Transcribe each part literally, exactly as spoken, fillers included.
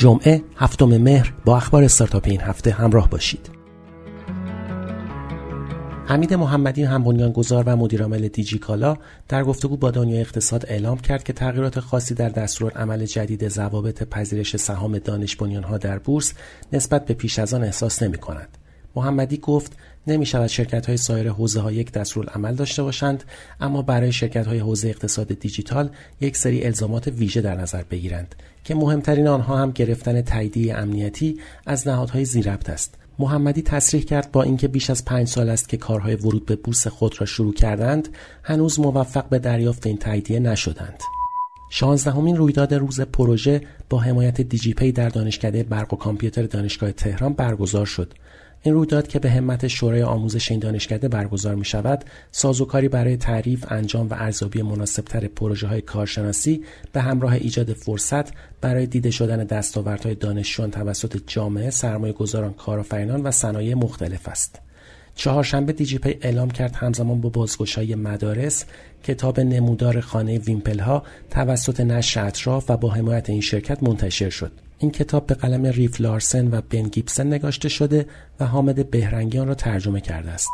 جمعه هفتم مهر با اخبار استارتاپی این هفته همراه باشید. حمید محمدی هم بنیانگذار و مدیرعامل دیجیکالا در گفتگو با دنیای اقتصاد اعلام کرد که تغییرات خاصی در دستورالعمل جدید ضوابط پذیرش سهام دانش بنیان‌ها در بورس نسبت به پیش از آن احساس نمی‌کند. محمدی گفت نمی‌شود شرکت‌های سایر حوزه‌ها یک دستورالعمل داشته باشند، اما برای شرکت‌های حوزه اقتصاد دیجیتال یک سری الزامات ویژه در نظر بگیرند که مهمترین آنها هم گرفتن تاییدیه امنیتی از نهادهای ذی‌ربط است. محمدی تصریح کرد با اینکه بیش از پنج سال است که کارهای ورود به بورس خود را شروع کردند، هنوز موفق به دریافت این تاییدیه نشدند. شانزدهمین رویداد روز پروژه با حمایت دیجیپی در دانشکده برق و کامپیوتر دانشگاه تهران برگزار شد. این رویداد که به همت شورای آموزش این دانشکده برگزار می شود، سازوکاری برای تعریف، انجام و ارزیابی مناسبتر پروژه های کارشناسی به همراه ایجاد فرصت برای دیده شدن دستاوردهای دانشجویان توسط جامعه، سرمایه گذاران، کارآفرینان و صنایع مختلف است. چهارشنبه دیجیپی اعلام کرد همزمان با بازگشایی مدارس، کتاب نمودار خانه ویمپلها توسط نشر اطراف و با حمایت این شرکت منتشر شد. این کتاب به قلم ریف لارسن و بن گیبسن نگاشته شده و حامد بهرنگیان را ترجمه کرده است.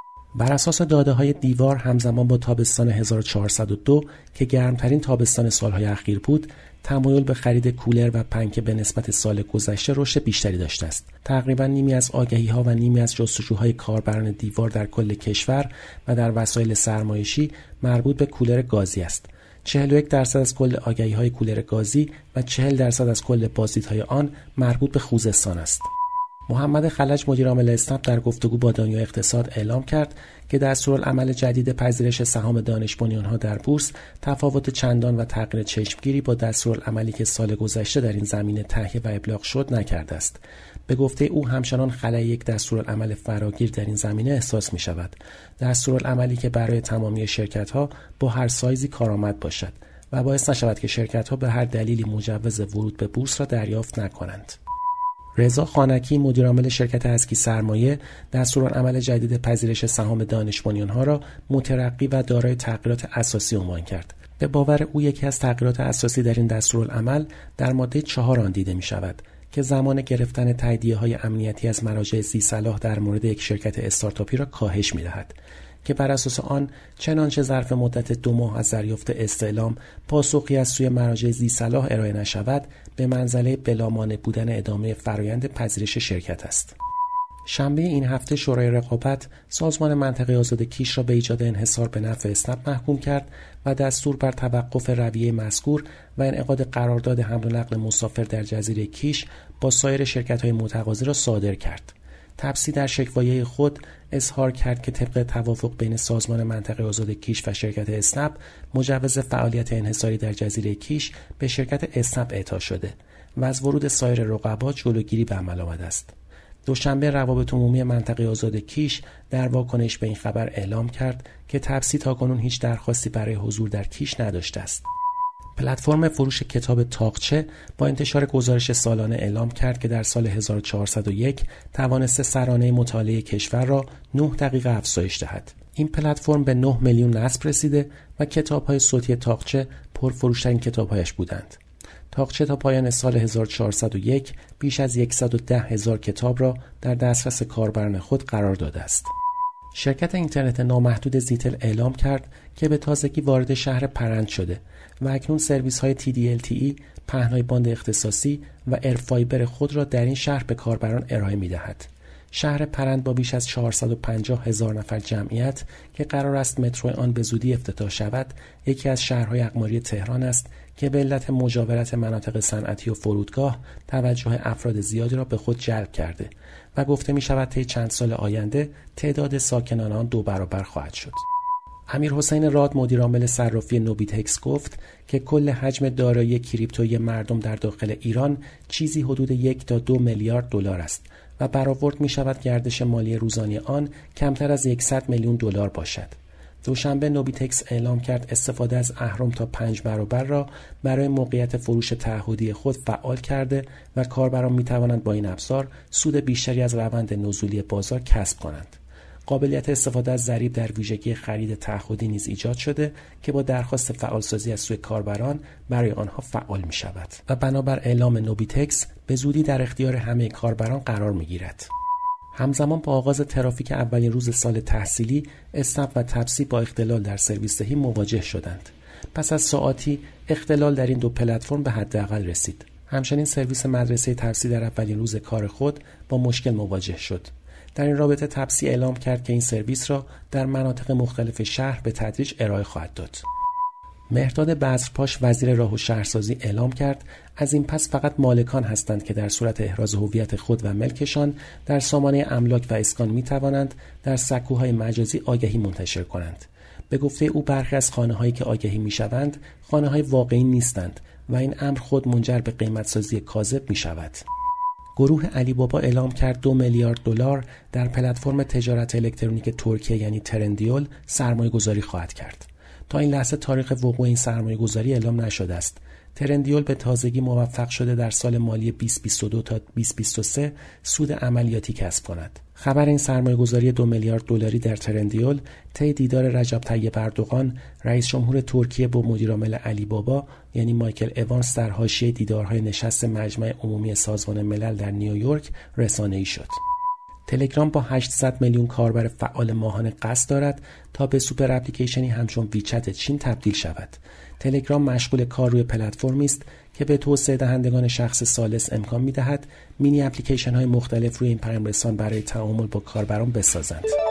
بر اساس داده‌های دیوار همزمان با تابستان هزار و چهارصد و دو که گرمترین تابستان سالهای اخیر بود، تمایل به خرید کولر و پنکه به نسبت سال گذشته رشد بیشتری داشته است. تقریبا نیمی از آگهی‌ها و نیمی از جستجوهای کاربران دیوار در کل کشور و در وسایل سرمایشی مربوط به کولر گازی است. چهل و یک درصد از کل آگهی‌های کولر گازی و چهل درصد از کل بازدیدهای آن مربوط به خوزستان است. محمد خلج مدیرعامل اسنپ در گفتگو با دنیای اقتصاد اعلام کرد که دستورالعمل جدید پذیرش سهام دانش بنیان‌ها در بورس تفاوت چندان و تغییر چشمگیری با دستورالعملی که سال گذشته در این زمینه تهیه و ابلاغ شد نکرده است. به گفته او همچنان خلای یک دستورالعمل فراگیر در این زمینه احساس می شود. دستورالعملی که برای تمامی شرکت‌ها با هر سایزی کارآمد باشد و باعث نشود که شرکت‌ها به هر دلیلی مجوز ورود به بورس را دریافت نکنند. رضا خانکی مدیرعامل شرکت اسکی سرمایه دستورالعمل جدید پذیرش سهام دانش بنیان‌ها را مترقی و دارای تغییرات اساسی عنوان کرد. به باور او یکی از تغییرات اساسی در این دستورالعمل در ماده چهار آن دیده می شود که زمان گرفتن تاییدیه‌های امنیتی از مراجع ذی‌صلاح در مورد یک شرکت استارتاپی را کاهش می‌دهد که بر اساس آن چنانچه ظرف مدت دو ماه از دریافت استعلام پاسخی از سوی مراجع ذی‌صلاح ارائه نشود به منزله بلامانع بودن ادامه فرایند پذیرش شرکت است. شنبه این هفته شورای رقابت سازمان منطقه آزاد کیش را به ایجاد انحصار به نفع اسنپ محکوم کرد و دستور بر توقف رویه مذکور و انعقاد قرارداد حمل و نقل مسافر در جزیره کیش با سایر شرکت‌های متقاضی را صادر کرد. تبسی در شکوایه خود اظهار کرد که طبق توافق بین سازمان منطقه آزاد کیش و شرکت اسنپ مجوز فعالیت انحصاری در جزیره کیش به شرکت اسنپ اعطا شده و از ورود سایر رقبا جلوگیری به عمل آمده است. دوشنبه روابط عمومی منطقه آزاد کیش در واکنش به این خبر اعلام کرد که تبسی تاکنون هیچ درخواستی برای حضور در کیش نداشته است. پلتفرم فروش کتاب طاقچه با انتشار گزارش سالانه اعلام کرد که در سال هزار و چهارصد و یک توانسته سرانه مطالعه کشور را نه دقیقه افزایش دهد. این پلتفرم به نه میلیون نصب رسیده و کتاب‌های صوتی طاقچه پرفروش‌ترین کتاب‌هایش بودند. طاقچه تا پایان سال هزار و چهارصد و یک بیش از صد و ده هزار کتاب را در دسترس کاربران خود قرار داده است. شرکت اینترنت نامحدود زیتل اعلام کرد که به تازگی وارد شهر پرند شده و اکنون سرویس های تی دی ال تی ای، پهنای باند اختصاصی و ایرفایبر خود را در این شهر به کاربران ارائه می دهد. شهر پرند با بیش از چهارصد و پنجاه هزار نفر جمعیت که قرار است مترو آن به زودی افتتاح شود، یکی از شهرهای اقماری تهران است که به علت مجاورت مناطق صنعتی و فرودگاه توجه افراد زیادی را به خود جلب کرده و گفته می شود طی چند سال آینده تعداد ساکنان آن دو برابر خواهد شد. امیر حسین راد مدیرعامل صرافی نوبیتکس گفت که کل حجم دارایی کریپتویی مردم در داخل ایران چیزی حدود یک تا دو میلیارد دلار است و برآورد می شود گردش مالی روزانه آن کمتر از صد میلیون دلار باشد. دوشنبه نوبیتکس اعلام کرد استفاده از اهرم تا پنج برابر را برای موقعیت فروش تعهدی خود فعال کرده و کاربران می توانند با این ابزار سود بیشتری از روند نزولی بازار کسب کنند. قابلیت استفاده از ضریب در ویژگی خرید تعهدی نیز ایجاد شده که با درخواست فعالسازی از سوی کاربران برای آنها فعال می شود و بنابر اعلام نوبیتکس به زودی در اختیار همه کاربران قرار می گیرد. همزمان با آغاز ترافیک اولین روز سال تحصیلی، اسنپ و تپسی با اختلال در سرویس دهی مواجه شدند. پس از ساعاتی اختلال در این دو پلتفرم به حداقل رسید. همچنین سرویس مدرسه تپسی در اولین روز کار خود با مشکل مواجه شد. در این رابطه تپسی اعلام کرد که این سرویس را در مناطق مختلف شهر به تدریج ارائه خواهد داد. مهرداد بذرپاش وزیر راه و شهرسازی اعلام کرد از این پس فقط مالکان هستند که در صورت احراز هویت خود و ملکشان در سامانه املاک و اسکان می توانند در سکوهای مجازی آگهی منتشر کنند. به گفته او برخی از خانه‌هایی که آگهی می‌شوند خانه‌های واقعی نیستند و این امر خود منجر به قیمت‌سازی کاذب می‌شود. گروه علی بابا اعلام کرد دو میلیارد دلار در پلتفرم تجارت الکترونیک ترکیه یعنی ترندیول سرمایه‌گذاری خواهد کرد. تا این لحظه تاریخ وقوع این سرمایه‌گذاری اعلام نشده است. ترندیول به تازگی موفق شده در سال مالی بیست و بیست و دو تا بیست و بیست و سه سود عملیاتی کسب کند. خبر این سرمایه‌گذاری دو میلیارد دلاری در ترندیول طی دیدار رجب طیب اردوغان رئیس جمهور ترکیه با مدیرعامل علی بابا یعنی مایکل اوانس در حاشیه دیدارهای نشست مجمع عمومی سازمان ملل در نیویورک رسانه‌ای شد. تلگرام با هشتصد میلیون کاربر فعال ماهانه قصد دارد تا به سوپر اپلیکیشنی همچون ویچت چین تبدیل شود. تلگرام مشغول کار روی پلتفرمی است که به توسعه دهندگان شخص ثالث امکان می‌دهد مینی اپلیکیشن‌های مختلف روی این پیام‌رسان برای تعامل با کاربران بسازند.